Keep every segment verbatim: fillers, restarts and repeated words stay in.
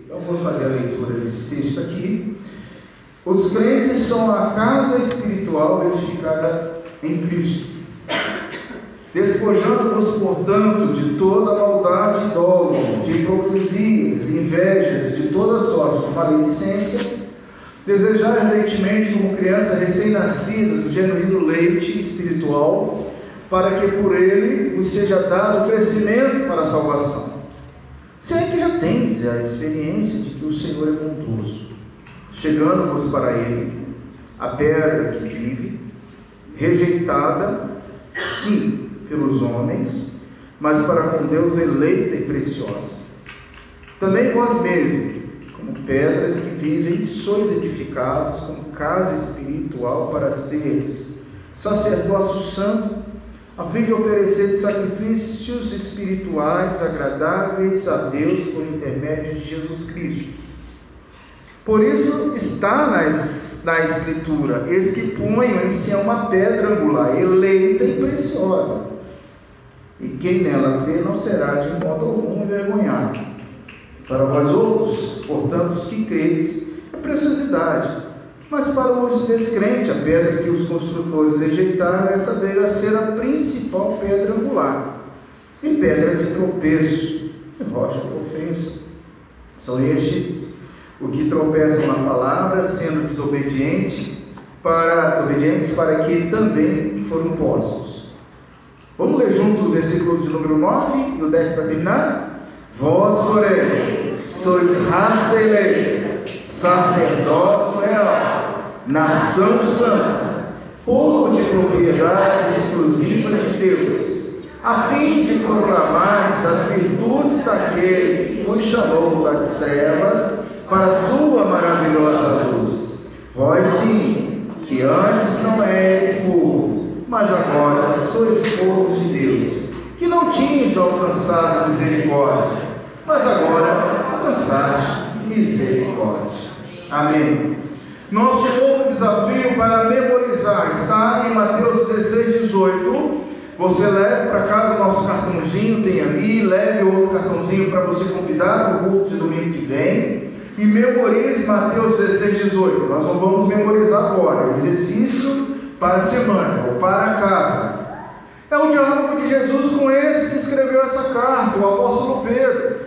Eu vou fazer a leitura desse texto aqui. Os crentes são a casa espiritual edificada em Cristo. Despojando-vos, portanto, de toda maldade e dolo, de hipocrisias, de invejas, de toda sorte de maledicência, desejai ardentemente, como crianças recém-nascidas, o genuíno leite espiritual, para que por ele vos seja dado crescimento para a salvação. Se é que já tendes a experiência de que o Senhor é bondoso, chegando-vos para ele, a pedra que vive, rejeitada, sim, pelos homens, mas para com Deus eleita e preciosa. Também vós mesmos, como pedras que vivem, sois edificados como casa espiritual para seres sacerdócio santo, a fim de oferecer sacrifícios espirituais agradáveis a Deus por intermédio de Jesus Cristo. Por isso está nas, na Escritura: eis que ponho em Sião uma pedra angular, eleita e preciosa, e quem nela crê não será de modo algum envergonhado. Para vós outros, portanto, os que credes, é preciosidade, mas para os descrentes, a pedra que os construtores rejeitaram, essa veio a ser a principal pedra angular, e pedra de tropeço, e rocha de ofensa. São estes o que tropeçam na palavra, sendo desobedientes para, desobedientes para que também foram postos. Vamos ler junto o versículo de número nove e o dez para terminar? Vós, porém, sois raça eleita, sacerdócio real, nação santa, povo de propriedade exclusiva de Deus, a fim de proclamar as virtudes daquele que vos chamou das trevas para a sua maravilhosa luz. Vós sim, que antes não eres povo, mas agora sois povo de Deus, que não tinhas alcançado misericórdia, mas agora alcançaste misericórdia. Amém. Nosso novo desafio para memorizar está em Mateus dezesseis, dezoito. Você leve para casa o nosso cartãozinho, tem ali, leve outro cartãozinho para você convidar para o culto de domingo que vem, e memorize Mateus dezesseis, dezoito. Nós não vamos memorizar agora, é exercício para a semana, ou para a casa. É o diálogo de Jesus com esse que escreveu essa carta, o apóstolo Pedro.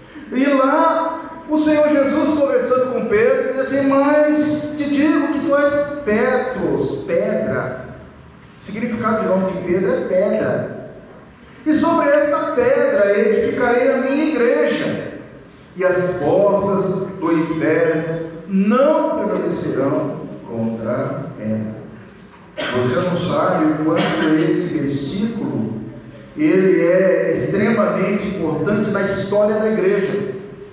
E lá, o Senhor Jesus conversando com Pedro, diz assim: mas te digo que tu és Petros, pedra. O significado de nome de Pedro é pedra. E sobre esta pedra edificarei a minha igreja, e as portas do inferno não prevalecerão contra ela. Você não sabe o quanto esse versículo ele é extremamente importante na história da igreja.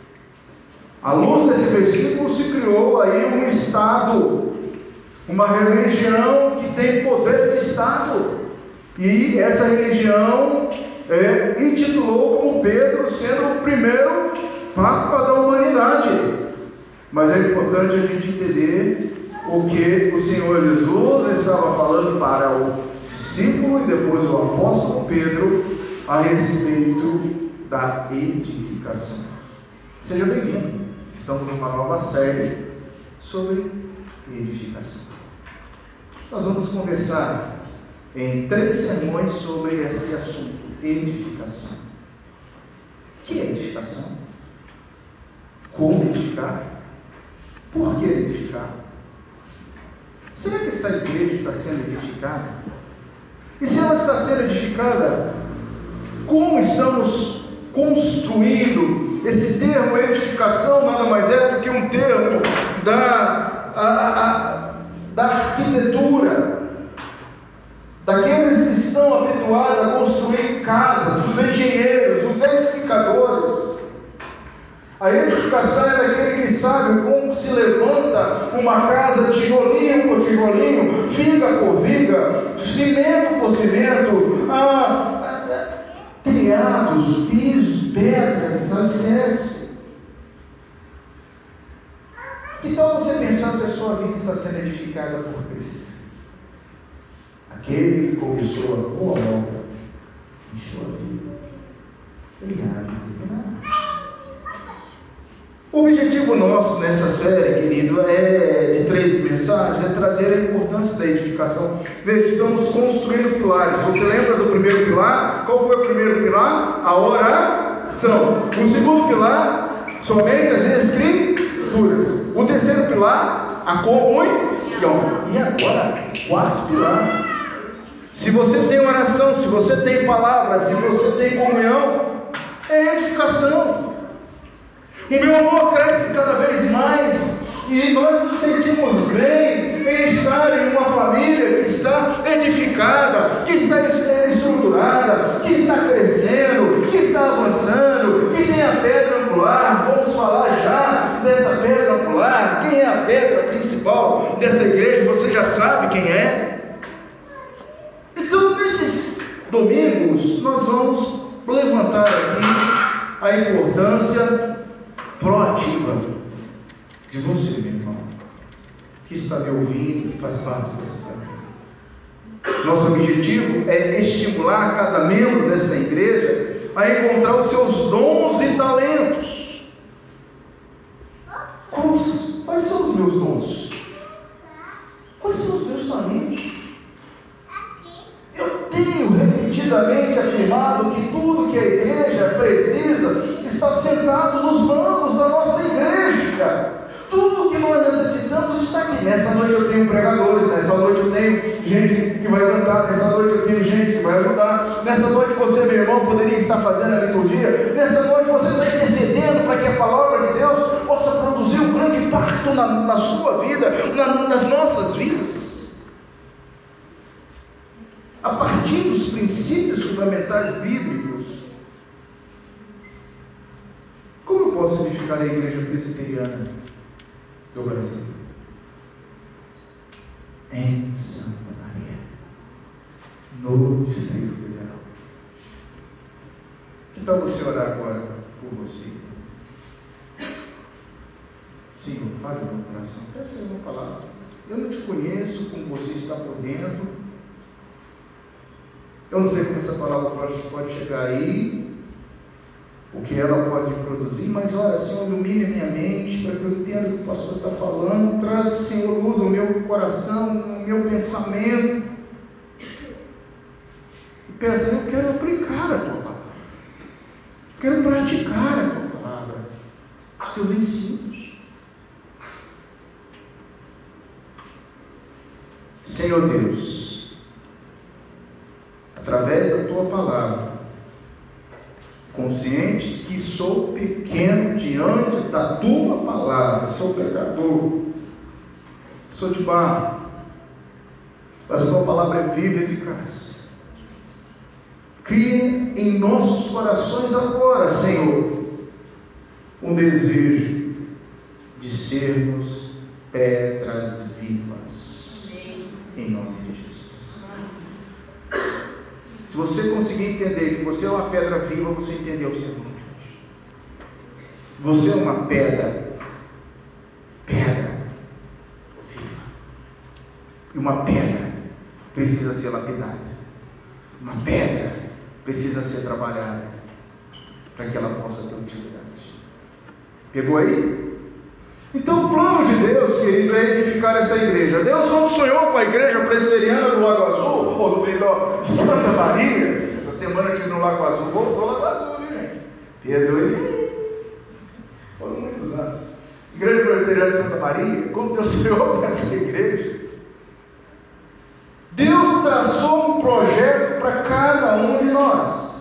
À luz desse versículo se criou aí um Estado, uma religião que tem poder de Estado, e essa religião é, intitulou como Pedro sendo o primeiro Papa da humanidade. Mas é importante a gente entender o que o Senhor Jesus estava falando para o discípulo e depois o apóstolo Pedro a respeito da edificação. Seja bem-vindo. Estamos numa nova série sobre edificação. Nós vamos conversar em três sermões sobre esse assunto, edificação. O que é edificação? Como edificar? Por que edificar? Será que essa igreja está sendo edificada? E se ela está sendo edificada, como estamos construindo? Esse termo edificação nada mais é do que um termo da, a, a, da arquitetura, daqueles que estão habituados a construir casas, os engenheiros, os edificadores. A edificação é daquele que sabe como se levanta uma casa tijolinho por tijolinho, viga por viga, cimento por cimento, ah, ah, telhados, pisos, pedras, alicerce. Que tal você pensar se a sua vida está sendo edificada por Cristo? Aquele que começou a boa obra em sua vida, ele há de terminar. O objetivo nosso nessa série, querido, é de três mensagens, é trazer a importância da edificação. Veja, estamos construindo pilares. Você lembra do primeiro pilar? Qual foi o primeiro pilar? A oração. O segundo pilar, somente as escrituras. O terceiro pilar, a comunhão. E agora, o quarto pilar. Se você tem oração, se você tem palavra, se você tem comunhão, é edificação. O meu amor cresce cada vez mais e nós nos sentimos bem em estar em uma família que está edificada, que está estruturada, que está crescendo, que está avançando, que tem a pedra angular. Vamos falar já dessa pedra angular. Quem é a pedra principal dessa igreja? Você já sabe quem é. Então, nesses domingos, nós vamos levantar aqui a importância proativa de você, meu irmão, que está me ouvindo, que faz parte dessa família. Nosso objetivo é estimular cada membro dessa igreja a encontrar os seus dons e talentos. Quais, quais são os meus dons? Quais são os meus talentos? Eu tenho repetidamente afirmado que tudo que a igreja precisa está sentado nos bancos da nossa igreja. Tudo que nós necessitamos está aqui. Nessa noite eu tenho pregadores, nessa noite eu tenho gente que vai cantar, nessa noite eu tenho gente que vai ajudar, nessa noite você, meu irmão, poderia estar fazendo a liturgia, nessa noite você está intercedendo para que a palavra de Deus possa produzir um grande impacto na, na sua vida, na, nas nossas vidas. A partir dos princípios fundamentais bíblicos, como eu posso edificar a igreja presbiteriana do Brasil? Em Santa Maria, no Distrito Federal. Que tal você orar agora por você? Senhor, fale no meu coração. Peça uma palavra. Eu não te conheço como você está por dentro. Eu não sei como essa palavra pode, pode chegar aí, o que ela pode produzir, mas olha, Senhor, ilumine a minha mente para que eu entenda o que o pastor está falando. Traz, Senhor, luz ao meu coração, no meu pensamento. E pensa, eu quero aplicar a tua palavra, quero praticar a tua palavra, os teus ensinos. Senhor Deus, através da tua palavra, consciente que sou pequeno diante da tua palavra, sou pecador, sou de barro, mas a tua palavra é viva e eficaz. Cria em nossos corações agora, Senhor, um desejo de sermos pedras vivas, em nome de Jesus. Se você conseguir entender que você é uma pedra viva, você entendeu o sermão de hoje. Você é uma pedra, pedra viva. E uma pedra precisa ser lapidada. Uma pedra precisa ser trabalhada para que ela possa ter utilidade. Pegou aí? Então o plano de Deus, querido, é edificar essa igreja. Deus, quando sonhou com a igreja presbiteriana do Lago Azul, ou do melhor, de Santa Maria, essa semana eu estive no Lago Azul, voltou Lago Azul, viu, gente? Perdoe. Foram muitos anos. Igreja presbiteriana de Santa Maria, quando Deus sonhou com essa igreja, Deus traçou um projeto para cada um de nós.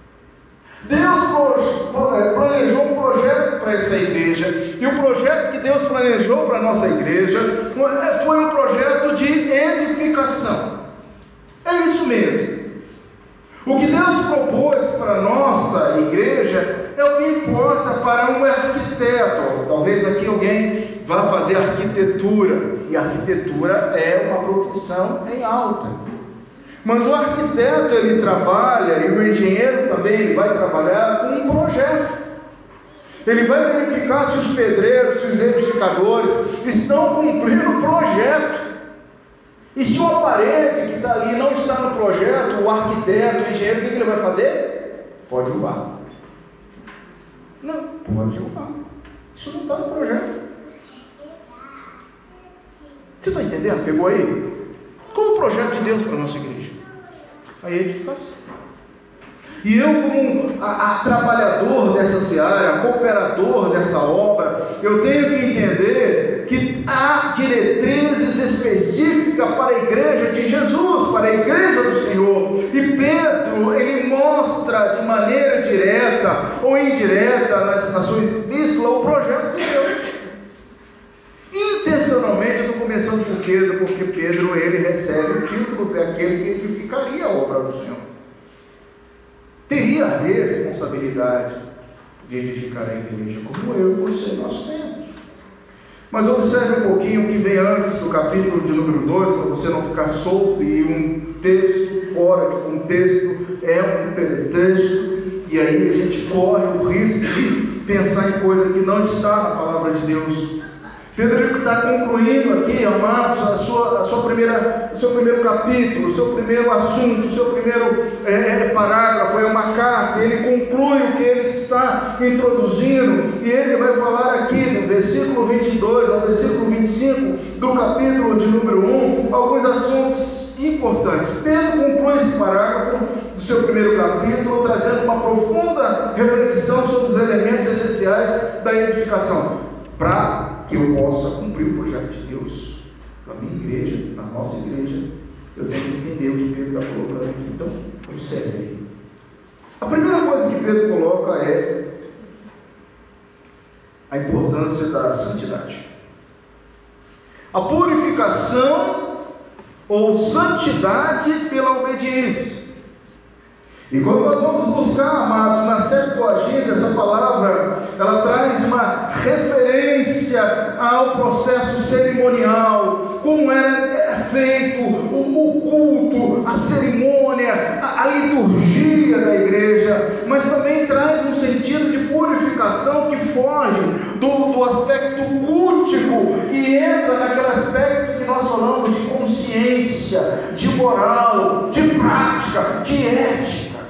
Deus planejou um projeto para essa igreja, e o projeto que Deus planejou para a nossa igreja foi um projeto de edificação. É isso mesmo. O que Deus propôs para a nossa igreja é o que importa para um arquiteto. Talvez aqui alguém vá fazer arquitetura, e arquitetura é uma profissão em alta. Mas o arquiteto, ele trabalha, e o engenheiro também, ele vai trabalhar com um projeto. Ele vai verificar se os pedreiros, se os edificadores estão cumprindo o projeto. E se uma parede que está ali não está no projeto, o arquiteto, o engenheiro, o que ele vai fazer? Pode derrubar. Não, pode derrubar. Isso não entendendo? Pegou aí? Qual o projeto de Deus para a nossa igreja? A edificação. E eu, como a, a trabalhador dessa seara, cooperador dessa obra, eu tenho que entender que há diretrizes específicas para a igreja de Jesus, para a igreja do Senhor. E Pedro, ele mostra de maneira direta ou indireta, na, na sua epístola, o projeto de Deus. Intencionalmente eu estou começando por Pedro, porque Pedro, ele recebe o título daquele que edificaria a obra do Senhor. Teria a responsabilidade de edificar a igreja, como eu e você, nós temos. Mas observe um pouquinho o que vem antes do capítulo de número dois, para você não ficar solto, e um texto fora de contexto é um pretexto, e aí a gente corre o risco de pensar em coisa que não está na palavra de Deus. Pedro está concluindo aqui, amados, a sua, a sua primeira, o seu primeiro capítulo, o seu primeiro assunto, o seu primeiro é, parágrafo, é uma carta. Ele conclui o que ele está introduzindo, e ele vai falar aqui, do versículo vinte e dois ao versículo vinte e cinco, do capítulo de número um, alguns assuntos importantes. Pedro conclui esse parágrafo do seu primeiro capítulo, trazendo uma profunda reflexão sobre os elementos essenciais da edificação, para que eu possa cumprir o projeto de Deus na minha igreja, na nossa igreja. Eu tenho que entender o que Pedro está colocando aqui. Então, observe. A primeira coisa que Pedro coloca é a importância da santidade. A purificação ou santidade pela obediência. E quando nós vamos buscar, amados, na Septuaginta, essa palavra, ela traz uma referência ao processo cerimonial, como era, era feito o, o culto, a cerimônia, a, a liturgia da igreja, mas também traz um sentido de purificação que foge do, do aspecto cultico e entra naquele aspecto que nós falamos de consciência, de moral, de prática, de ética.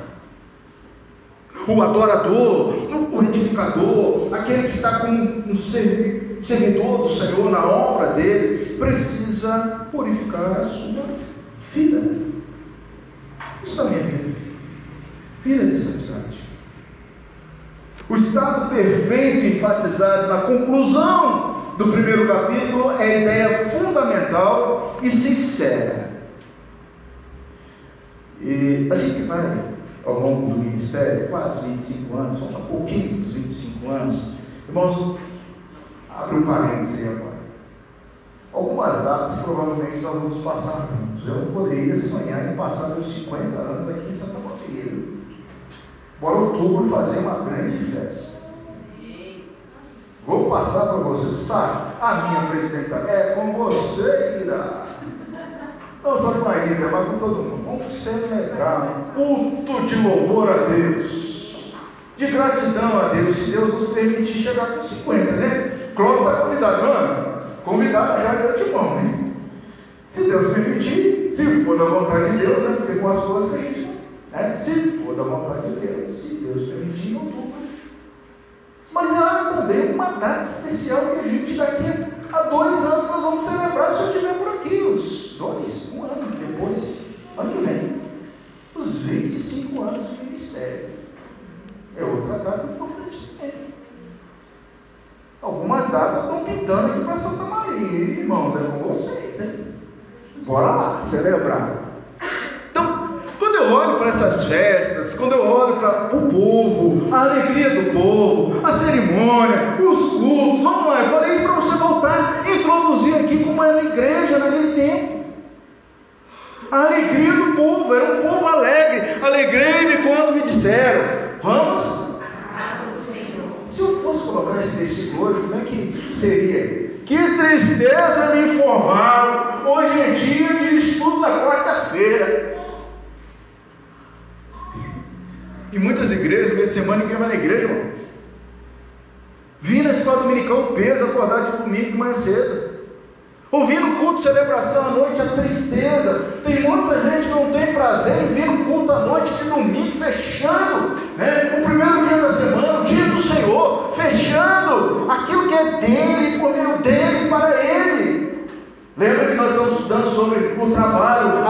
O adorador, o edificador, aquele que está como um servidor do Senhor na obra dele, precisa purificar a sua vida. Isso também é vida. Vida de santidade. O estado perfeito enfatizado na conclusão do primeiro capítulo é a ideia fundamental e sincera. E a gente vai, ao longo do ministério, quase vinte e cinco anos, falta pouquinho dos vinte e cinco anos. Irmãos, abre um parênteses aí agora. Algumas datas provavelmente nós vamos passar juntos. Eu não poderia sonhar em passar meus cinquenta anos aqui em Santa Maria. Bora outubro fazer uma grande festa. Vou passar para você, sabe? A minha presidenta é com você, irá. Não só com a Ida, mas com todo mundo. Vamos celebrar um culto de louvor a Deus, de gratidão a Deus, se Deus nos permitir chegar com cinquenta, né? Clóvis está convidado, mano. Convidado já de antemão, né? Se Deus permitir, se for da vontade de Deus, né? Porque com as coisas a gente, né? Se for da vontade de Deus, se Deus permitir, em outubro. Mas há também uma data especial que a gente daqui a dois anos nós vamos celebrar, se eu estiver por aqui, os dois, um ano depois, ano que vem, os vinte e cinco anos de ministério. É outra data importante também. Algumas datas estão pintando aqui para Santa Maria, irmãos, é com vocês, hein? Bora lá, celebrar. Então, quando eu olho para essas festas, quando eu olho para o povo, a alegria do povo, a cerimônia, os cultos, vamos lá, eu falei isso para você voltar e introduzir aqui como era a igreja naquele tempo. A alegria do povo, era um povo alegre. Alegrei-me quando me disseram, vamos? Se eu fosse colocar esse versículo hoje, como é que seria? Que tristeza me informaram, hoje é dia de estudo da quarta-feira. Em muitas igrejas, meia semana, ninguém vai na igreja, irmão. Vim na escola dominical, o peso, acordar de domingo de manhã cedo. Ouvindo o culto de celebração à noite, a tristeza. Tem muita gente que não tem prazer em vir no culto à noite de domingo, fechando, né? O primeiro dia da semana, o dia do Senhor, fechando aquilo que é dele, por meio dele, para ele. Lembra que nós estamos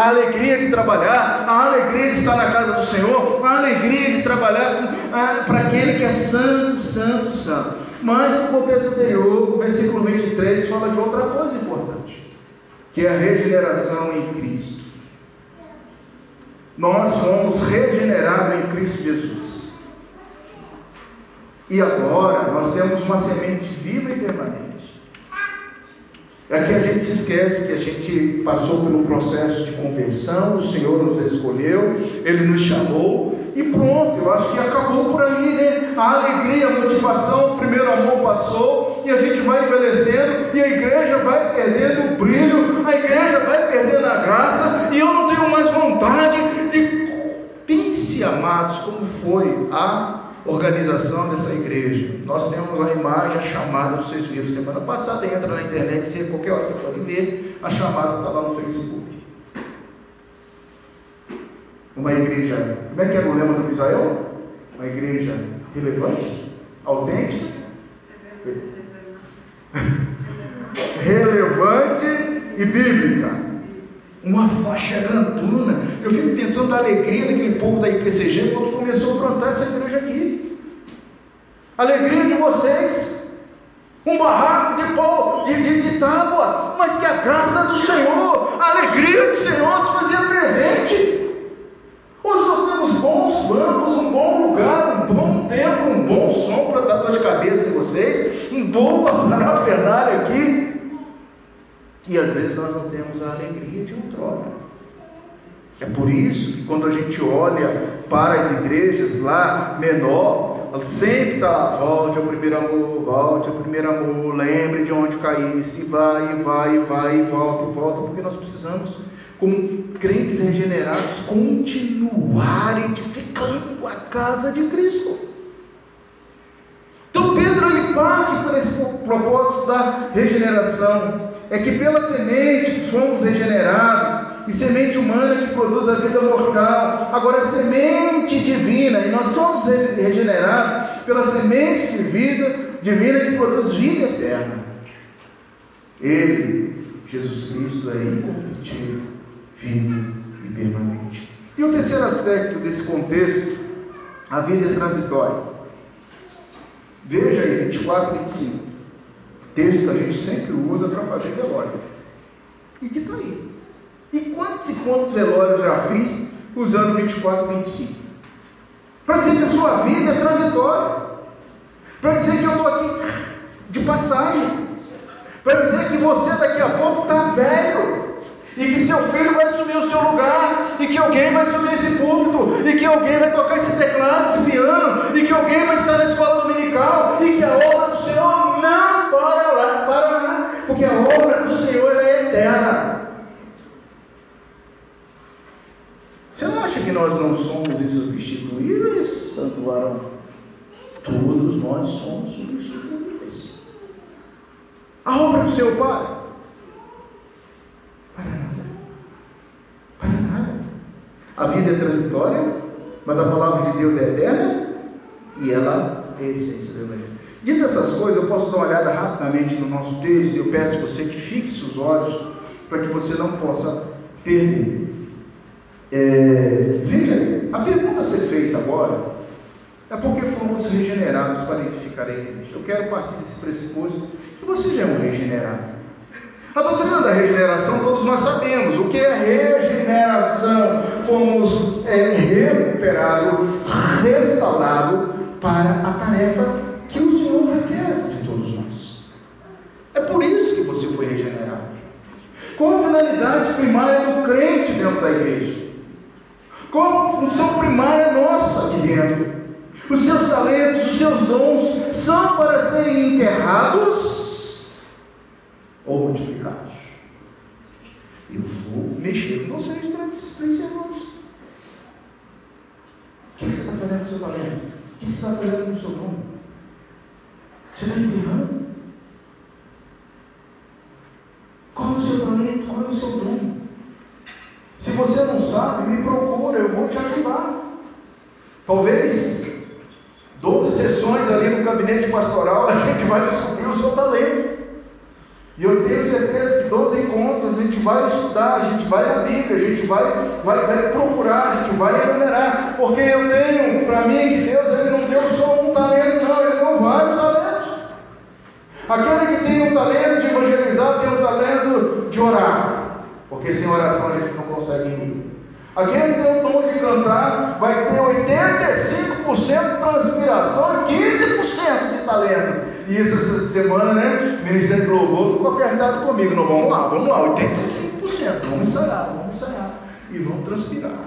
a alegria de trabalhar, a alegria de estar na casa do Senhor, a alegria de trabalhar ah, para aquele que é santo, santo, santo. Mas no contexto anterior, o versículo vinte e três fala de outra coisa importante, que é a regeneração em Cristo. Nós somos regenerados em Cristo Jesus. E agora nós temos uma semente viva e permanente. É que a gente se esquece que a gente passou pelo processo de conversão, o Senhor nos escolheu, Ele nos chamou e pronto, eu acho que acabou por aí, né? A alegria, a motivação, o primeiro amor passou e a gente vai envelhecendo e a igreja vai perdendo o brilho, a igreja vai perdendo a graça e eu não tenho mais vontade de... Pense, amados, como foi a organização dessa igreja. Nós temos a imagem, a chamada, vocês viram semana passada, entra na internet, se qualquer hora você pode ver, a chamada está lá no Facebook. Uma igreja, como é que era o lema do Israel? Uma igreja relevante, autêntica, relevante e bíblica. Uma faixa grandona. Eu fico pensando na alegria daquele povo da I P C G quando começou a plantar essa igreja aqui. Alegria de vocês, um barraco de pau, de, de, de tábua, mas que a graça do Senhor, a alegria do Senhor se fazia presente. Hoje nós temos bons bancos, um bom lugar, um bom tempo, um bom som para dar dor de cabeça de vocês, um bom parafernália aqui. E às vezes nós não temos a alegria de outrora. É por isso que quando a gente olha para as igrejas lá menor, sempre está lá, volte ao primeiro amor, volte ao primeiro amor, lembre de onde caísse, vai, vai, vai, volta e volta, porque nós precisamos, como crentes regenerados, continuar edificando a casa de Cristo. Então Pedro ele parte por esse propósito da regeneração. É que pela semente fomos regenerados, e semente humana que produz a vida mortal, agora a semente divina, e nós somos regenerados pela semente de vida divina que produz vida eterna. Ele, Jesus Cristo, é incorruptível, vivo e permanente. E o terceiro aspecto desse contexto, a vida é transitória. Veja aí, vinte e quatro e vinte e cinco. Texto que a gente sempre usa para fazer velório. E que está aí. E quantos e quantos velórios já fiz usando vinte e quatro e vinte e cinco? Para dizer que a sua vida é transitória. Para dizer que eu estou aqui de passagem. Para dizer que você daqui a pouco está velho. E que seu filho vai assumir o seu lugar. E que alguém vai assumir esse púlpito. E que alguém vai tocar esse teclado, esse piano. E que alguém vai estar na escola dominical. E que a obra do Senhor não para lá, para lá. Porque a obra do Senhor é eterna. Você não acha que nós não somos insubstituíveis, santo varão? Todos nós somos substituíveis. A obra do Senhor para? Para nada. Para nada. A vida é transitória, mas a palavra de Deus é eterna e ela é a essência do Evangelho. Dito essas coisas, eu posso dar uma olhada rapidamente no nosso texto e eu peço a você que fixe os olhos para que você não possa perder. É, veja, a pergunta a ser feita agora é porque fomos regenerados para edificar a igreja. Eu quero partir desse pressuposto que você já é um regenerado. A doutrina da regeneração todos nós sabemos. O que é regeneração? Fomos é, recuperados, restaurados para a tarefa que o Senhor requer de todos nós. É por isso que você foi regenerado. Qual a finalidade primária do crente dentro da igreja? Qual a função primária nossa aqui dentro? Os seus talentos, os seus dons são para serem enterrados ou multiplicados. Eu vou mexer com vocês durante esses três sermões. O que você está fazendo com o seu talento? O que você está fazendo com o seu dom? Você está enterrando? Qual é o seu talento? Qual é o seu dom? Se você não sabe, me procura, eu vou te ajudar. Talvez doze sessões ali no gabinete pastoral a gente vai descobrir o seu talento. E eu tenho certeza que doze encontros a gente vai estudar, a gente vai na Bíblia, a gente vai, vai, vai procurar, a gente vai enumerar, porque eu tenho para mim que Deus ele não deu só um talento, não, Ele deu vários talentos. Aquele que tem o talento de evangelizar tem o talento de orar, porque sem oração a gente não consegue ir. Aquele que tem o dom de cantar vai ter oitenta e cinco por cento de transpiração e quinze por cento de talento. E isso essa semana, né? O Ministério do Louvor ficou apertado comigo. Não, vamos lá, vamos lá, oitenta e cinco por cento. Vamos ensaiar, vamos ensaiar. E vamos transpirar.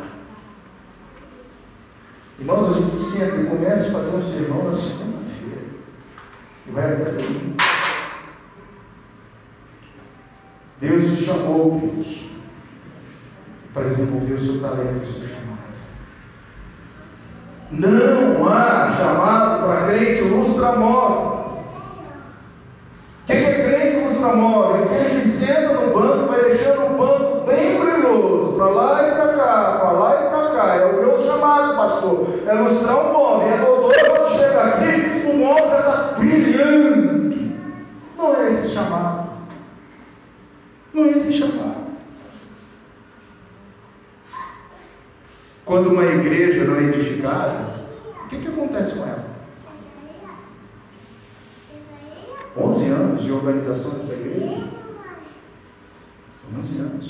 Irmãos, a gente sempre começa a fazer um sermão na segunda-feira. E vai até domingo. Deus te chamou, Deus, para desenvolver o seu talento e o seu chamado. Não há chamado para crente lustramóvel. O que é crente lustramóvel? É aquele que senta no banco e vai deixando o banco bem brilhoso, para lá e para cá, para lá e para cá. É o meu chamado, pastor. É lustrar um móvel. É doutor, quando chega aqui, o móvel já está brilhando. Não é esse chamado. Não é esse chamado. Quando uma igreja não é edificada, o que, que acontece com ela? onze anos de organização dessa igreja? São onze anos.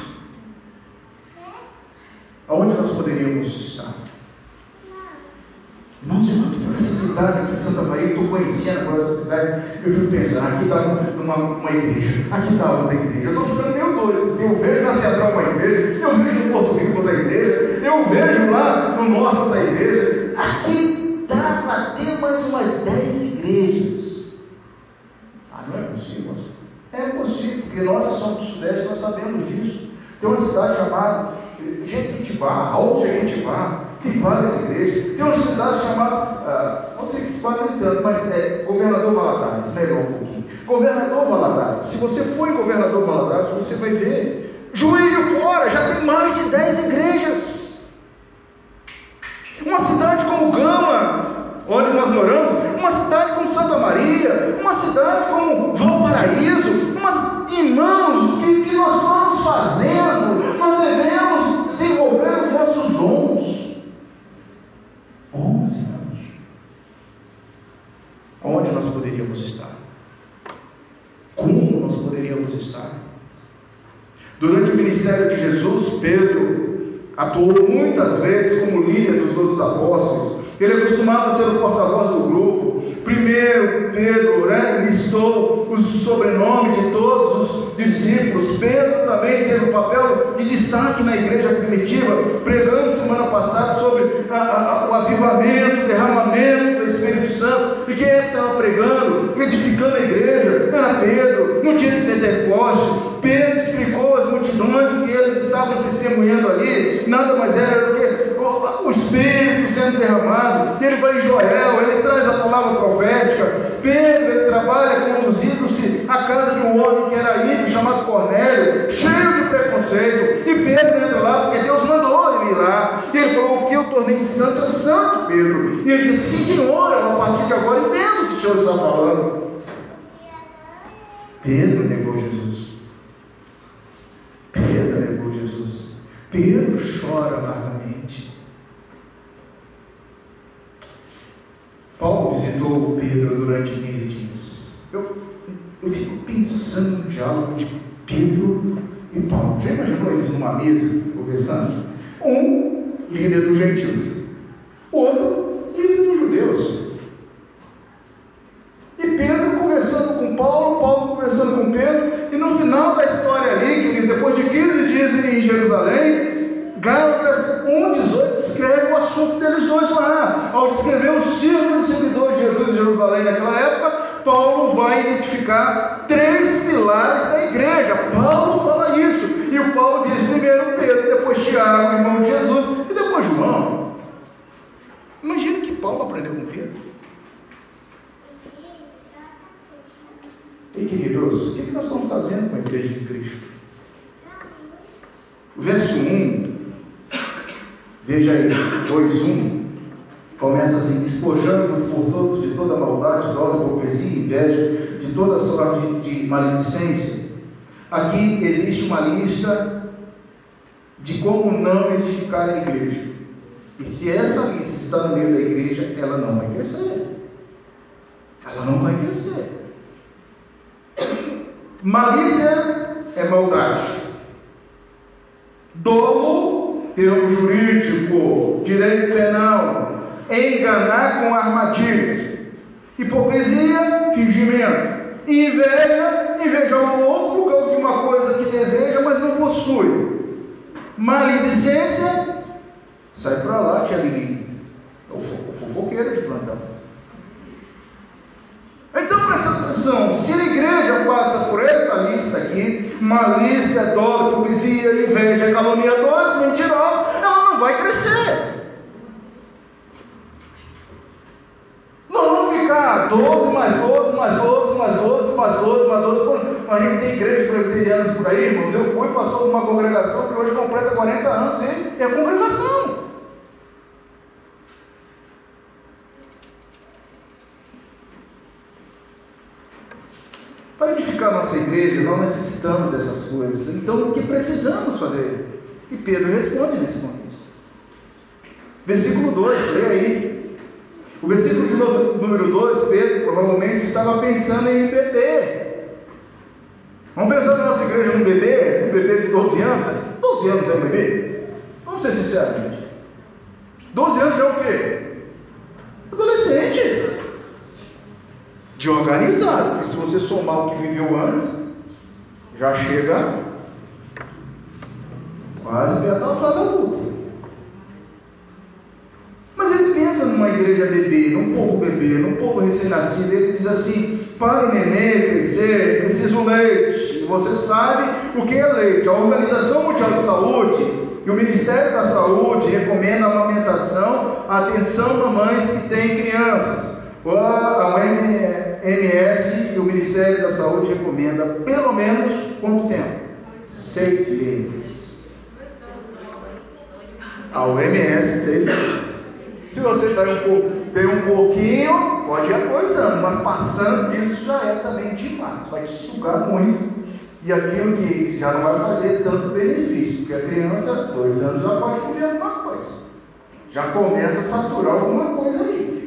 Aonde nós poderíamos estar? Irmãos, eu estou por essa cidade aqui de Santa Maria, estou conhecendo agora essa cidade, eu fico pensando, aqui dá uma, uma igreja, aqui dá outra igreja. Eu estou ficando meio doido, porque eu vejo na Central uma igreja, eu vejo no Porto Rico outra igreja, eu vejo lá no Norte outra igreja. Aqui dá para ter mais umas dez igrejas. Ah, não é possível? É possível, porque nós que somos do Sudeste, nós sabemos disso. Tem uma cidade chamada Jequitibá, Alto Jequitibá, tem várias igrejas. Tem uma cidade chamada, ah, não sei que não tanto, mas é Governador Valadares, melhor um pouquinho. Governador Valadares, se você for em Governador Valadares, você vai ver, Juiz de Fora, já tem mais de dez igrejas. Uma cidade como Gama, onde nós moramos, uma cidade como Santa Maria, uma cidade como Valparaíso, umas irmãos, que, que nós estamos fazendo? Nós devemos desenvolver os nossos dons. onze anos. Onde nós poderíamos estar? Como nós poderíamos estar? Durante o ministério de Jesus, Pedro atuou muitas vezes como líder dos outros apóstolos. Ele costumava ser o porta-voz do grupo. Primeiro, Pedro, né, listou os sobrenomes de todos os discípulos. Pedro também teve um papel de destaque na igreja primitiva. Pregamos semana passada sobre a, a, o avivamento, o derramamento do Espírito Santo. E quem é que estava pregando, edificando a igreja? Era Pedro. No dia de Pentecostes, Pedro explicou às multidões que eles estavam testemunhando ali. Nada mais era do que o, o Espírito sendo derramado. Ele vai em Joel, ele traz a palavra profética. Pedro, ele trabalha conduzindo-se à casa de um homem que era ímpio, chamado Cornélio, cheio de preconceito. E Pedro entra lá porque Deus mandou ele ir lá. E ele falou: o que eu tornei santo é santo, Pedro. E ele disse: sim, Senhor, a partir de agora entendo o que o Senhor está falando. Pedro negou Jesus. Pedro negou Jesus. Pedro chora amargamente. Paulo visitou Pedro durante quinze dias. Eu, eu fico pensando no diálogo de Pedro e Paulo. Já imaginou eles numa mesa conversando? Um líder dos gentios, o outro líder dos judeus. E Pedro conversando com Paulo, Paulo conversando com Pedro, e no final da história ali, que depois de quinze dias em Jerusalém, Gálatas um, dezoito descreve o assunto deles dois lá. Ao descrever o círculo de seguidores de Jesus em Jerusalém naquela época, Paulo vai identificar três pilares da igreja. Paulo fala isso. E o Paulo diz primeiro Pedro, depois Tiago, irmão de Jesus, e depois João. Imagina que Paulo aprendeu com Pedro. E queridos, o que nós estamos fazendo com a igreja de Cristo? O verso um, veja aí, dois, um, começa assim: despojando-vos por todos de toda maldade, dolo, hipocrisia, inveja, de toda sorte de, de maledicência. Aqui existe uma lista de como não edificar a igreja. E se essa lista está no meio da igreja, ela não vai crescer. Ela não vai crescer. Malícia é maldade. Dolo, termo jurídico, direito penal, enganar com armadilhas. Hipocrisia, fingimento. Inveja, invejar o outro por causa de uma coisa que deseja, mas não possui. Maledicência, sai para lá, tia Lili. É o fofoqueiro de plantão. Então presta atenção, se a igreja passa por essa lista aqui, malícia, dolo, hipocrisia, inveja, caluniadores, mentirosos, ela não vai crescer. Nós vamos ficar doze mais doze, mais doze, mais doze, mais doze, mais doze. A gente tem igrejas presbiterianas por aí, irmãos. Eu fui, passou por uma congregação que hoje completa quarenta anos, e é a congregação. Para edificar nossa igreja, nós necessitamos dessas coisas. Então, o que precisamos fazer? E Pedro responde nesse contexto. Versículo dois, leia aí. O versículo de número dois, Pedro provavelmente estava pensando em bebê. Vamos pensar na nossa igreja num bebê, um bebê de doze anos. doze anos é um bebê? Vamos ser sinceros, gente. doze anos é o quê? Adolescente. De organizado, porque se você somar o que viveu antes, já chega quase perto da fase adulta. Mas ele pensa numa igreja bebê, num povo bebê, num povo recém-nascido. Ele diz assim: para o neném crescer, precisa o leite. E você sabe o que é leite. A Organização Mundial de Saúde e o Ministério da Saúde recomenda a amamentação. Atenção, mamães que têm crianças. A O M S e o Ministério da Saúde recomenda pelo menos quanto tempo? Seis meses. A O M S, seis meses. Se você tem um, pouco, tem um pouquinho, pode ir atualizando, mas passando isso já é também demais. Vai te sugar muito. E aquilo que já não vai fazer tanto benefício, porque a criança, dois anos, já pode comer alguma coisa. Já começa a saturar alguma coisa ali.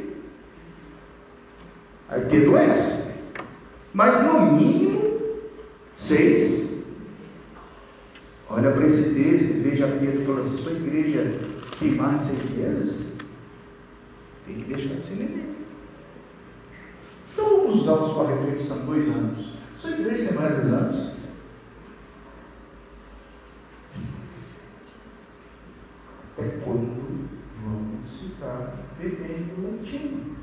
Aí ter doença. Mas no mínimo, seis. Olha para esse texto e veja Pedro e fala assim: sua igreja queimar seis meses? Tem que deixar de ser neném. Então vamos usar a sua reflexão: dois anos. Sua igreja tem mais de dois anos? É quando vamos ficar bebendo leitinho.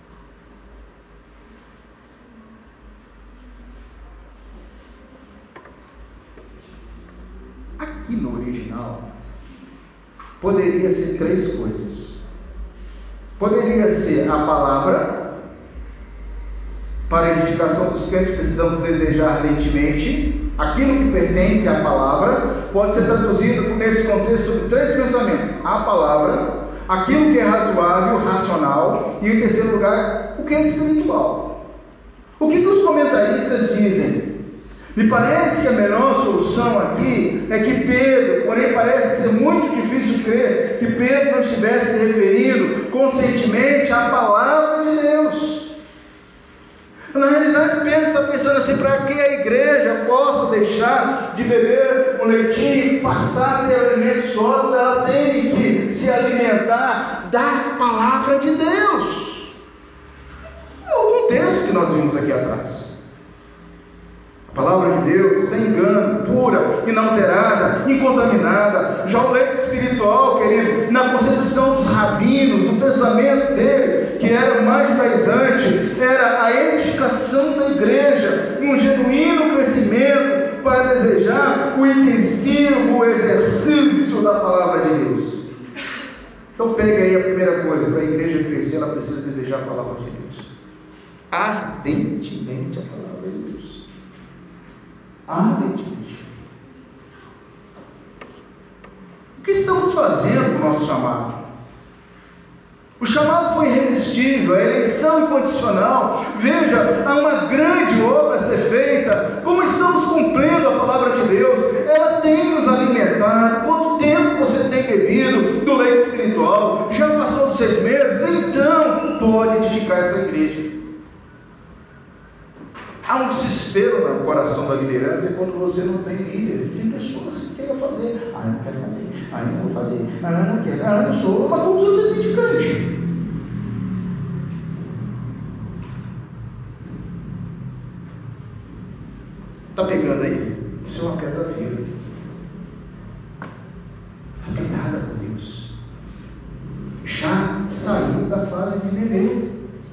Aqui no original, poderia ser três coisas. Poderia ser a palavra, para a edificação dos crentes precisamos desejar ardentemente, aquilo que pertence à palavra, pode ser traduzido nesse contexto sobre três pensamentos: a palavra, aquilo que é razoável, racional, e em terceiro lugar, o que é espiritual. O que, que os comentaristas dizem? Me parece que a melhor solução aqui é que Pedro, porém parece ser muito difícil crer que Pedro não estivesse se referindo conscientemente à palavra de Deus. Na realidade, Pedro está pensando assim: para que a igreja possa deixar de beber um leitinho, passar a ter alimento sólido, ela tem que se alimentar da palavra de Deus. É o contexto que nós vimos aqui atrás. A palavra de Deus, sem engano, pura, inalterada, incontaminada. Já o leite espiritual, querido, na concepção dos rabinos, do pensamento dele, que era mais judaizante, era a edificação da igreja, um genuíno crescimento para desejar o intensivo exercício da palavra de Deus. Então pegue aí a primeira coisa: para a igreja crescer, ela precisa desejar a palavra de Deus, ardentemente a palavra de Deus. Ardentemente. O que estamos fazendo com o nosso chamado? O chamado foi irresistível, a eleição incondicional. Veja, há uma grande obra a ser feita. Como estamos cumprindo a palavra tempo você tem bebido do leite espiritual? Já passou dos seis meses? Então pode edificar essa igreja. Há um desespero no coração da liderança quando você não tem líder. Tem pessoas que querem fazer. Ah, eu não quero fazer. Ah, eu não vou fazer. Ah, eu não quero. Ah, eu não sou. Mas como você tem de crente? Está pegando aí? Isso é uma pedra viva. Apegada por Deus. Já saiu da fase de neném.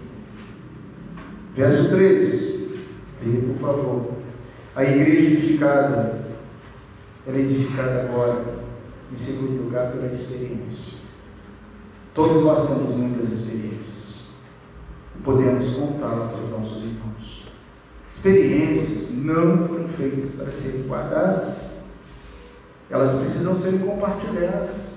Verso três. Lê, por favor. A igreja edificada, ela é edificada agora, em segundo lugar, pela experiência. Todos nós temos muitas experiências. E podemos contá-las para os nossos irmãos. Experiências não foram feitas para serem guardadas. Elas precisam ser compartilhadas.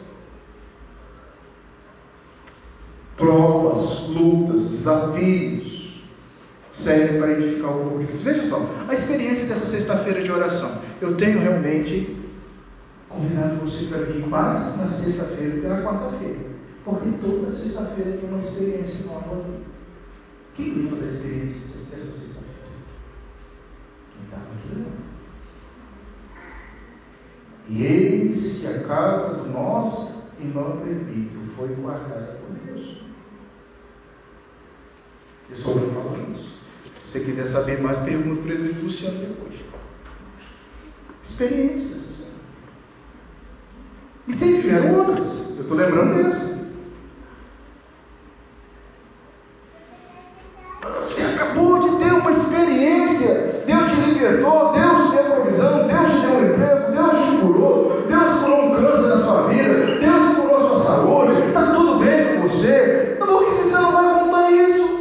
Provas, lutas, desafios servem para edificar o corpo de Cristo. Veja só, a experiência dessa sexta-feira de oração. Eu tenho realmente convidado você para vir mais na sexta-feira do que na quarta-feira. Porque toda sexta-feira tem uma experiência nova aqui. Quem lembra da experiência dessa sexta-feira? Quem estava aqui lembra? E eis que a casa do nosso irmão presbítero foi guardada por Deus. Eu só estou falando isso. Se você quiser saber mais, pergunta para o presbítero Luciano depois. Experiências. E tem tiveram outras. Eu estou lembrando dessa. Você acabou de ter uma experiência. Deus te libertou, Deus te deu provisão, Deus te deu um emprego, Deus te curou, Deus curou um câncer na sua vida, Deus curou a sua saúde, está tudo bem com você. Mas por que você não vai contar isso?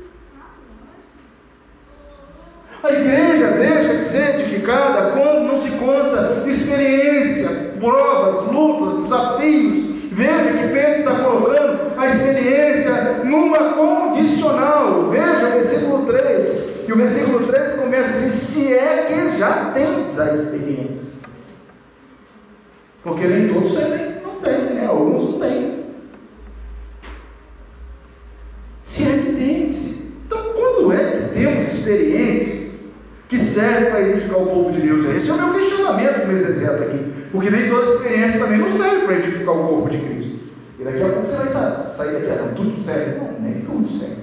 A igreja deixa de ser edificada quando não se conta experiência, provas, lutas, desafios. Veja que Pedro está colocando a experiência numa condicional. Veja o versículo três. E o versículo três começa assim: se é que já tens a experiência. Porque nem todos têm, não tem, né? Alguns não têm. Se é que tens. Então, quando é que temos experiência que serve para edificar o povo de Deus? Esse é o meu questionamento com esse exército aqui. Porque nem toda experiência também não serve para edificar o corpo de Cristo. E daqui a pouco você vai sair, sair daqui, ah, não, tudo serve. Não, nem tudo serve.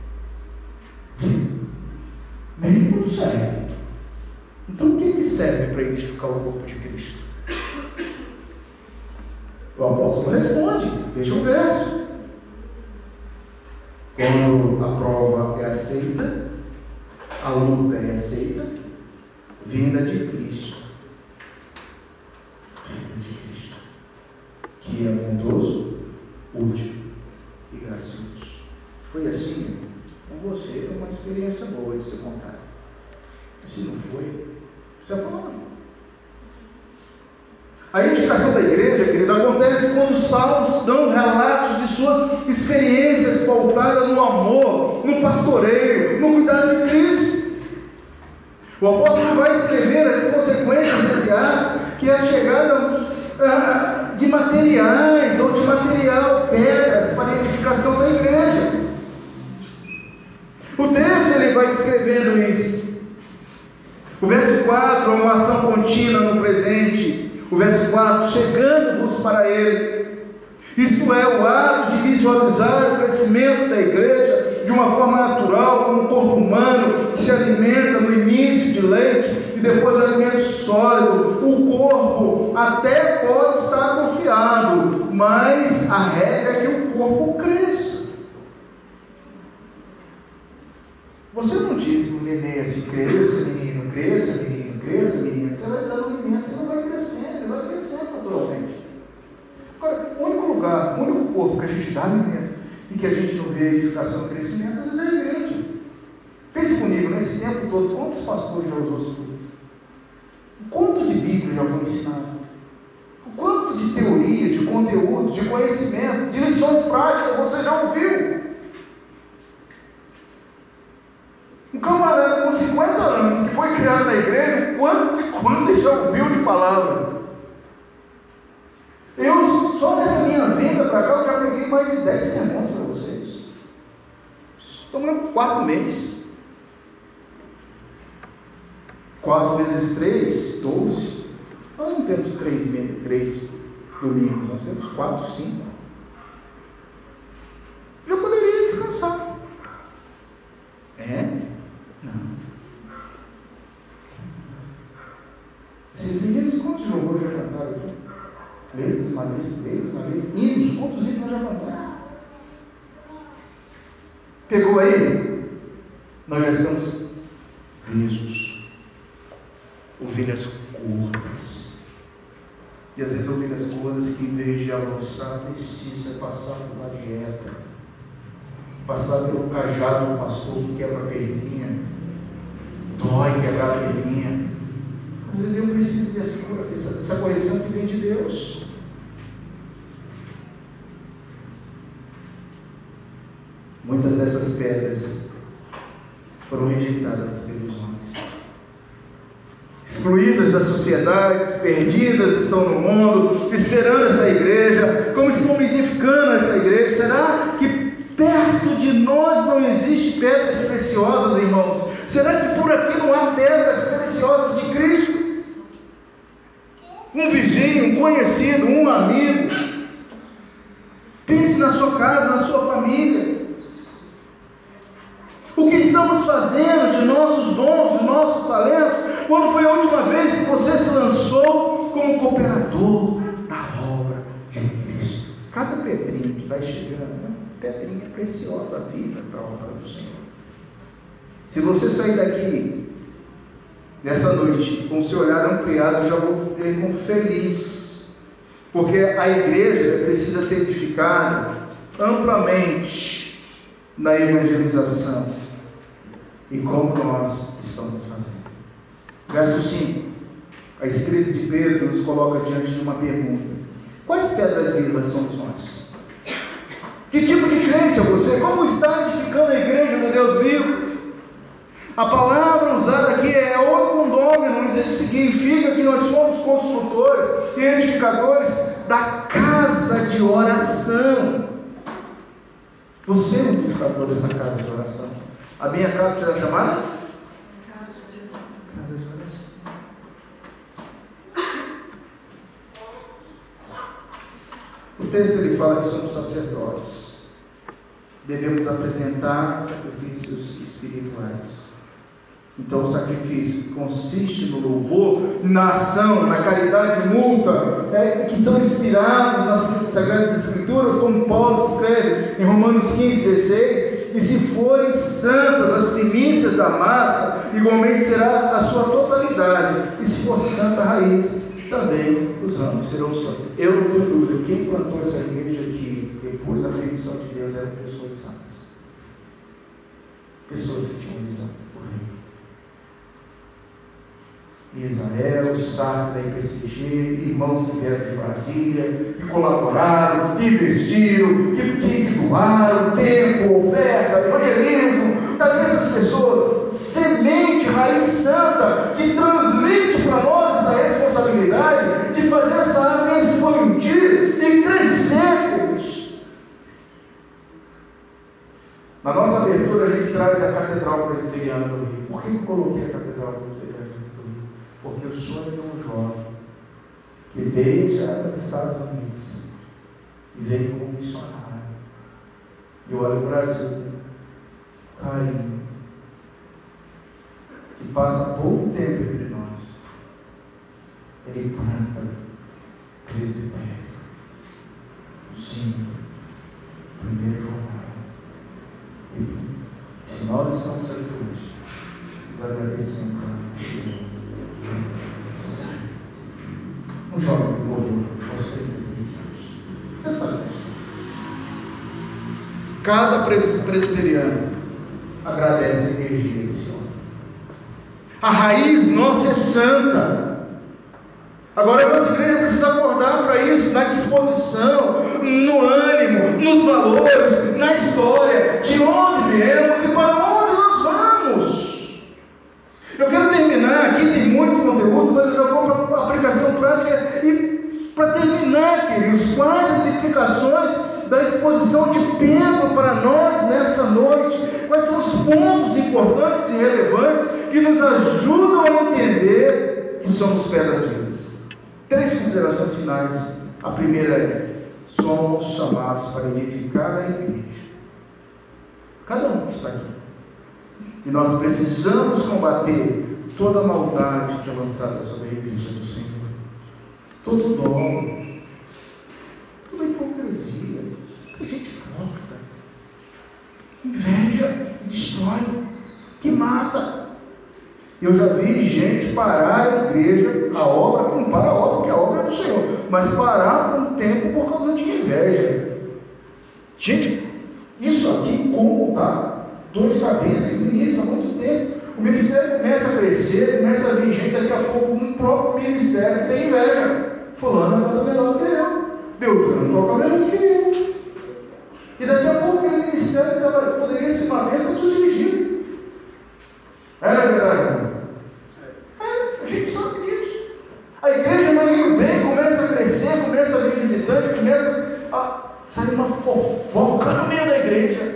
Nem tudo serve. Então o que, que serve para edificar o corpo de Cristo? O apóstolo responde, veja o verso. Quando a prova é aceita, a luta é aceita, vinda de Cristo. Vinda de Cristo. Que é bondoso, útil e gracioso. Foi assim com você, foi uma experiência boa de se contar. Se não foi, você é problema. A edificação da igreja, querido, acontece quando os salmos dão relatos de suas experiências pautadas no amor, no pastoreio, no cuidado de Cristo. O apóstolo vai escrever as consequências desse ato, que é a chegada ah, de materiais ou de material, pedras, para a edificação da igreja. O texto ele vai descrevendo isso. O verso quatro é uma ação contínua no presente. O verso quatro, chegando-vos para ele. Isto é o ato de visualizar o crescimento da igreja de uma forma natural, como um corpo humano que se alimenta no início de leite e depois de alimento sólido. O corpo até pode estar atrofiado, mas a regra é que o corpo cresça. Você não diz para o neném assim: cresça, menino, cresça, menino, cresça, menino. Você vai dando alimento e não vai crescendo, ele vai crescendo naturalmente. Agora, o único lugar, o único corpo que a gente dá alimento e que a gente não vê edificação e crescimento, às vezes é a igreja. Pense comigo, nesse tempo todo, quantos pastores já usou isso tudo? O quanto de Bíblia já foi ensinado? O quanto de teoria, de conteúdo, de conhecimento, de lições práticas você já ouviu? Um camarada com cinquenta anos, que foi criado na igreja, quanto e quanto ele já ouviu de palavra? Eu mais de dez sermões para vocês. Estamos quatro meses. quatro vezes três, doze. Nós não temos três, três domingos, nós temos quatro, cinco. Já poderia descansar. É? Não. Esses meninos, quantos louvores já cantaram aqui? Letras, malês, letras, malês, hinos, quantos hinos já cantaram? Pegou aí? Nós já estamos presos. Ovelhas gordas. E às vezes ovelhas gordas que, em vez de avançar, precisa passar por uma dieta, passar pelo cajado do pastor que quebra a perninha, dói quebrar a perninha. Às vezes eu preciso dessa, dessa, dessa correção que vem de Deus. Muitas dessas pedras foram rejeitadas pelos homens, excluídas da sociedade, perdidas estão no mundo, esperando essa igreja, como estão magnificando essa igreja. Será que perto de nós não existe pedras preciosas, irmãos? Será que por aqui não há pedras preciosas de Cristo? Um vizinho, um conhecido, um amigo. Pense na sua casa, na sua família. O que estamos fazendo de nossos dons, de nossos talentos? Quando foi a última vez que você se lançou como cooperador da obra de Cristo? Cada pedrinha que vai chegando, né? Pedrinha preciosa, viva para a obra do Senhor. Se você sair daqui nessa noite com o seu olhar ampliado, eu já vou ter como feliz, porque a igreja precisa ser edificada amplamente na evangelização. E como nós estamos fazendo? Verso cinco. A escrita de Pedro nos coloca diante de uma pergunta: quais pedras vivas somos nós? Que tipo de crente é você? Como está edificando a igreja do Deus vivo? A palavra usada aqui é oikundômenon, isso significa que nós somos construtores e edificadores da casa de oração. Você é o edificador dessa casa de oração. A minha casa será chamada? Casa de oração. O texto ele fala que somos sacerdotes. Devemos apresentar sacrifícios espirituais. Então o sacrifício consiste no louvor, na ação, na caridade mútua, é, que são inspirados nas Sagradas Escrituras, como Paulo escreve em Romanos quinze, dezesseis. E se forem santas as primícias da massa, igualmente será a sua totalidade. E se for santa a raiz, também os ramos serão santos. Eu não tenho dúvida, quem plantou essa igreja aqui, depois da bendição de Deus, eram pessoas santas. Pessoas que tinham visão por reino. Israel, Safra da I P C G, irmãos que vieram de Brasília, que colaboraram, que investiram, que, que doaram, tempo, oferta, evangelismo. Cadê essas pessoas? Semente, raiz santa, que transmite para nós essa responsabilidade de fazer essa árvore expandir e crescer, queridos. Na nossa abertura, a gente traz a Catedral Presbiteriana do Rio. Por que eu coloquei a Catedral Presbiteriana do Rio? Porque o sonho de um jovem que deixa os Estados Unidos e vem como missionário e olha o Brasil, carinho, que passa pouco tempo entre nós, ele planta presbitério, o símbolo, primeiro jornal. E se nós estamos aqui hoje, nós agradecemos a Deus. Um jovem que morreu aos trinta e três anos. Você sabe disso? Cada presbiteriano agradece a energia desse homem. A raiz nossa é santa. Agora a nossa igreja precisa acordar para isso, na disposição, no ânimo, nos valores, na história, de onde viemos e para onde nós vamos. Eu quero terminar, aqui tem muitos conteúdos, mas eu já vou para a aplicação prática. E para terminar, queridos, quais as implicações das exposição de Pedro para nós nessa noite. Quais são os pontos importantes e relevantes que nos ajudam a entender que somos pedras vivas? Três considerações finais. A primeira é: somos chamados para edificar a igreja. Cada um que está aqui. E nós precisamos combater toda a maldade que é lançada sobre a igreja do Senhor. Todo dolo, toda hipocrisia, toda gente hipócrita, inveja que destrói, que mata. Eu já vi gente parar a igreja, a obra, que não para a obra, porque a obra é do Senhor, mas parar por um tempo por causa de inveja. Gente, isso aqui como, tá? Dor de cabeça no início, há muito tempo. O ministério começa a crescer, começa a vir gente, daqui a pouco no próprio ministério tem inveja. Fulano canta melhor do que eu, Beltrano toca melhor do que eu. E daqui a pouco aquele ministério que ela poderia ser uma vez, está tudo dividido. É, não é verdade? É, a gente sabe disso. A igreja vai indo bem, começa a crescer, começa a vir visitante, começa a sair uma fofoca no meio da igreja.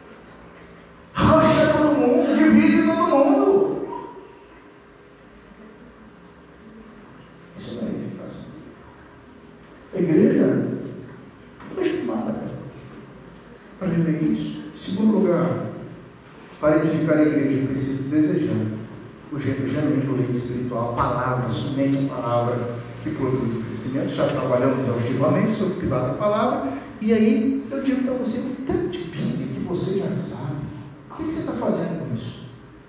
Racha todo mundo, divide todo mundo. Isso não é edificação. A igreja foi chamada para viver isso. Segundo lugar, para edificar a igreja, eu preciso desejar o genuíno leite espiritual, a palavra, somente a palavra que produz o crescimento. Já trabalhamos exaustivamente sobre o pilar da palavra. E aí eu digo para você, um tanto de Bíblia que você já sabe. O que você está fazendo com isso?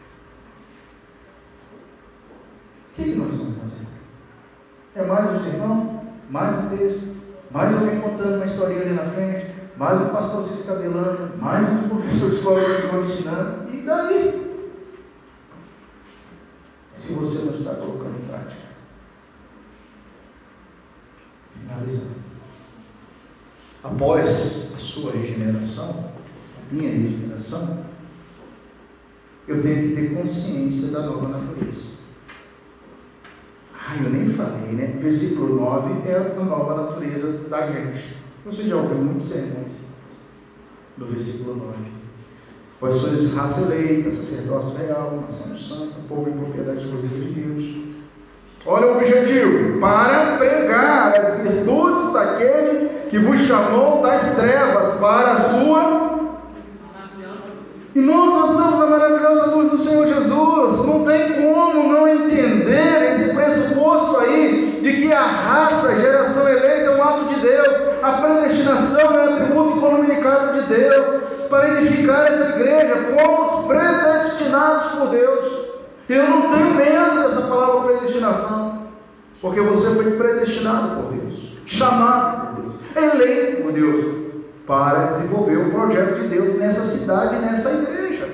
O que nós vamos fazer? É mais um sermão? Mais um texto? Mais alguém contando uma historinha ali na frente? Mais um pastor se escabelando? Mais um professor de escola que ficou ensinando? E daí? Se você não está colocando em prática. Finalizando. Após a sua regeneração, a minha regeneração, eu tenho que ter consciência da nova natureza. Ah, eu nem falei, né? Versículo nove é a nova natureza da gente. Você já ouviu muitos sermões do versículo nove. Pois sois raça eleita, sacerdócio real, nação santa, povo em propriedade exclusiva de Deus. Olha o objetivo: para pregar as virtudes daquele que vos chamou das trevas para a sua. E nós, nós estamos na maravilhosa luz do Senhor Jesus. Não tem como não entender esse pressuposto aí de que a raça, a geração eleita é um ato de Deus. A predestinação é um atributo comunicado de Deus para edificar essa igreja. Fomos predestinados por Deus. Eu não tenho medo dessa palavra predestinação, porque você foi predestinado por Deus, chamado por Deus, eleito por Deus, para desenvolver o projeto de Deus nessa cidade, nessa igreja.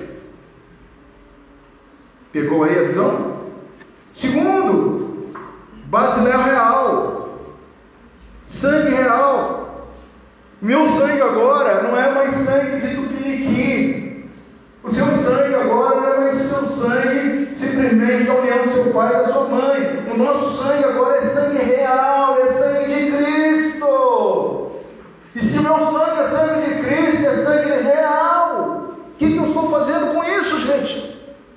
Pegou aí a visão? Segundo, basileia real, sangue real. Meu sangue agora não é mais sangue de tupiniquim. O seu sangue agora não é mais seu sangue simplesmente da união do seu pai e da sua mãe. O nosso sangue agora é sangue real, é sangue de Cristo. E se o meu sangue é sangue de Cristo, é sangue real, o que, que eu estou fazendo com isso, gente?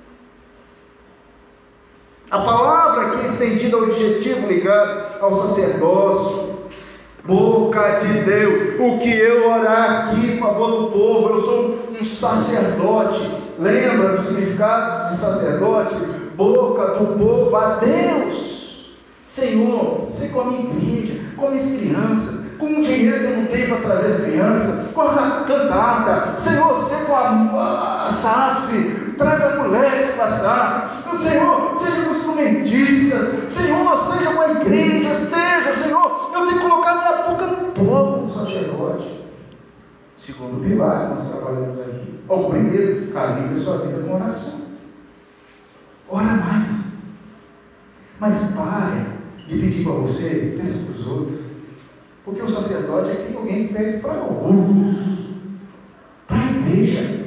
A palavra aqui estendida ao objetivo ligado ao sacerdócio, boca de Deus. O que eu orar aqui em favor do povo, eu sou um sacerdote. Lembra do significado de sacerdote? Boca do povo a Deus. Senhor, você com a minha igreja, com as crianças, com o dinheiro que eu não tenho para trazer as crianças, com a cantata. Senhor, você com a, a, a S A F, traga mulheres para a S A F. Senhor, seja com instrumentistas. Senhor, seja com a igreja. Seja, Senhor, eu tenho colocado na boca do povo um sacerdote. Segundo pilar que nós trabalhamos aqui. O primeiro, caminho sua vida com oração. Ora mais. Mas pare de pedir para você, peça para os outros. Porque o sacerdote é que alguém pede para outros, para a igreja.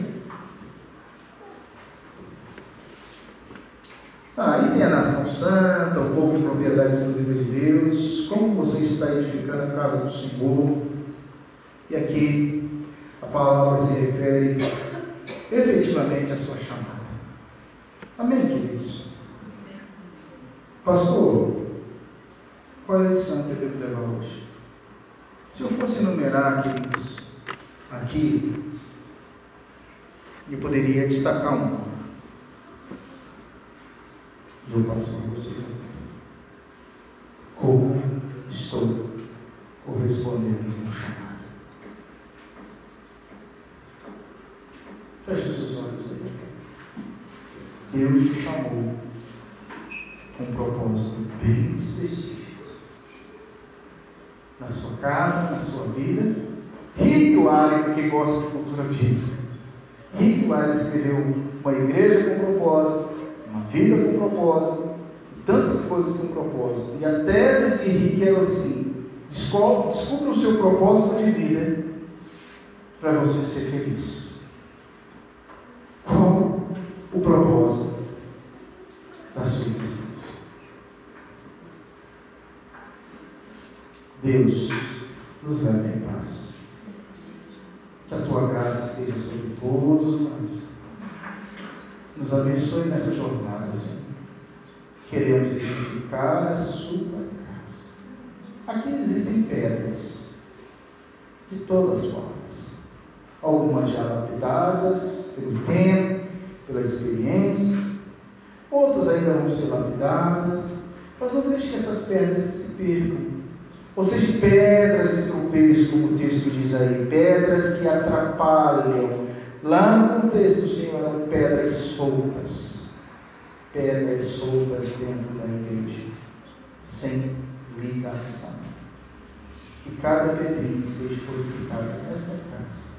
Ah, aí tem a nação santa, o povo de propriedade exclusiva de Deus. Como você está edificando a casa do Senhor? E aqui palavra se refere efetivamente à sua chamada. Amém, queridos? Pastor, qual é a lição que eu devo levar hoje? Se eu fosse enumerar, queridos, aqui, eu poderia destacar um. Vou passar para vocês aqui. Como estou correspondendo ao chamado? Feche os seus olhos aí. Deus te chamou com um propósito bem específico. Na sua casa, na sua vida. Rick Warren, que gosta de cultura bíblica. Rick Warren escreveu uma igreja com propósito, uma vida com propósito, tantas coisas com propósito. E a tese de Rick era assim: descubra, descubra o seu propósito de vida para você ser feliz. Qual o propósito da sua existência? Deus nos leve em paz. Que a tua graça esteja sobre todos nós. Nos abençoe nessa jornada, Senhor. Queremos edificar a sua casa. Aqui existem pedras de todas as formas. Algumas já lapidadas pelo tempo, pela experiência. Outras ainda vão ser lapidadas. Mas não deixe que essas pedras se percam. Ou seja, pedras de tropeço, como o texto diz aí, pedras que atrapalham. Lá no contexto, o Senhor, eram pedras soltas, pedras soltas dentro da igreja, sem ligação. Que cada pedrinho seja purificado nessa casa,